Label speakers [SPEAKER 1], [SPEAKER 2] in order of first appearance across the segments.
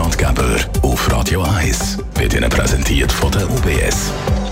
[SPEAKER 1] Ratgeber auf Radio 1 wird Ihnen präsentiert von der UBS.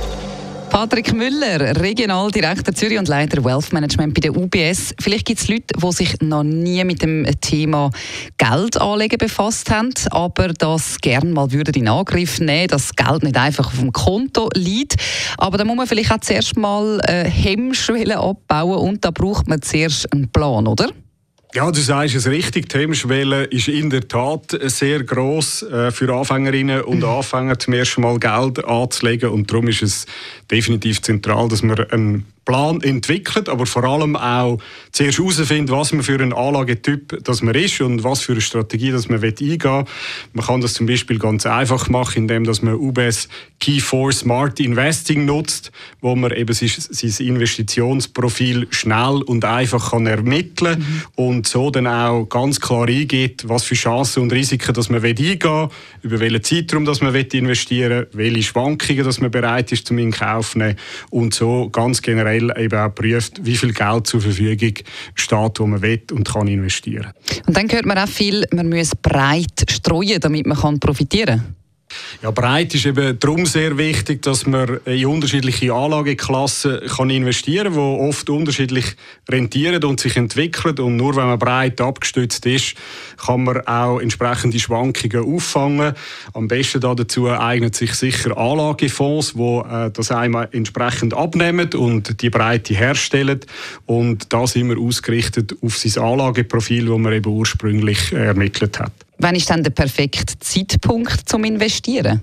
[SPEAKER 2] Patrick Müller, Regionaldirektor Zürich und Leiter Wealth Management bei der UBS. Vielleicht gibt es Leute, die sich noch nie mit dem Thema Geldanlegen befasst haben, aber das gerne mal in Angriff nehmen, dass das Geld nicht einfach auf dem Konto liegt. Aber da muss man vielleicht auch zuerst mal Hemmschwellen abbauen und da braucht man zuerst einen Plan, oder?
[SPEAKER 3] Ja, du sagst es richtig. Die Hemmschwelle ist in der Tat sehr gross für Anfängerinnen und Anfänger, zum ersten Mal Geld anzulegen. Und darum ist es definitiv zentral, dass man einen Plan entwickelt, aber vor allem auch zuerst herausfindet, was man für ein Anlagetyp das man ist und was für eine Strategie das man eingehen will. Man kann das zum Beispiel ganz einfach machen, indem dass man UBS Key4 Smart Investing nutzt, wo man eben sein Investitionsprofil schnell und einfach kann ermitteln und so dann auch ganz klar eingeht, was für Chancen und Risiken dass man eingehen will, über welchen Zeitraum dass man investieren will, welche Schwankungen dass man bereit ist zum Inkaufen und so ganz generell eben auch prüft, wie viel Geld zur Verfügung steht, wo man will und kann investieren.
[SPEAKER 2] Und dann hört man auch viel, man muss breit streuen, damit man profitieren kann.
[SPEAKER 3] Ja, breit ist eben darum sehr wichtig, dass man in unterschiedliche Anlageklassen kann investieren kann, die oft unterschiedlich rentieren und sich entwickeln. Und nur wenn man breit abgestützt ist, kann man auch entsprechende Schwankungen auffangen. Am besten dazu eignen sich sicher Anlagefonds, die das einmal entsprechend abnehmen und die Breite herstellen. Und da sind wir ausgerichtet auf sein Anlageprofil, das man eben ursprünglich ermittelt hat.
[SPEAKER 2] Wann ist dann der perfekte Zeitpunkt zum Investieren?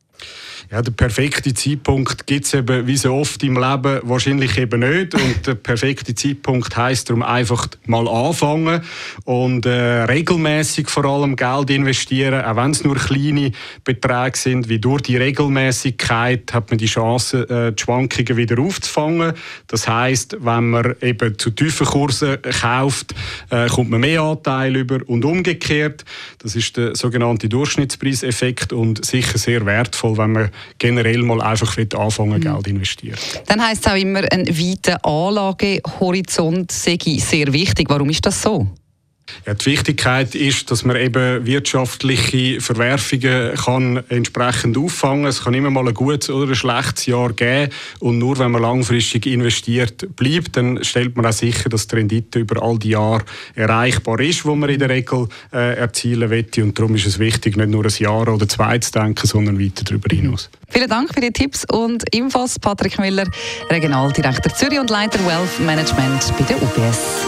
[SPEAKER 3] Ja, der perfekte Zeitpunkt gibt es eben wie so oft im Leben wahrscheinlich eben nicht. Und der perfekte Zeitpunkt heisst darum einfach mal anfangen und regelmäßig vor allem Geld investieren, auch wenn es nur kleine Beträge sind. Wie durch die Regelmäßigkeit hat man die Chance, die Schwankungen wieder aufzufangen. Das heisst, wenn man eben zu tiefen Kursen kauft, kommt man mehr Anteil über und umgekehrt. Das ist der sogenannte Durchschnittspreiseffekt und sicher sehr wertvoll, wenn man generell mal einfach anfangen Geld investieren.
[SPEAKER 2] Dann heisst es auch immer, ein weiter Anlagehorizont sei sehr wichtig. Warum ist das so?
[SPEAKER 3] Ja, die Wichtigkeit ist, dass man eben wirtschaftliche Verwerfungen kann entsprechend auffangen. Es kann immer mal ein gutes oder ein schlechtes Jahr geben. Und nur wenn man langfristig investiert bleibt, dann stellt man auch sicher, dass die Rendite über all die Jahre erreichbar ist, die man in der Regel erzielen will. Und darum ist es wichtig, nicht nur ein Jahr oder zwei zu denken, sondern weiter darüber hinaus.
[SPEAKER 2] Vielen Dank für die Tipps und Infos. Patrick Müller, Regionaldirektor Zürich und Leiter Wealth Management bei der UBS.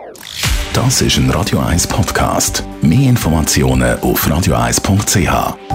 [SPEAKER 1] Das ist ein Radio 1 Podcast. Mehr Informationen auf radio1.ch.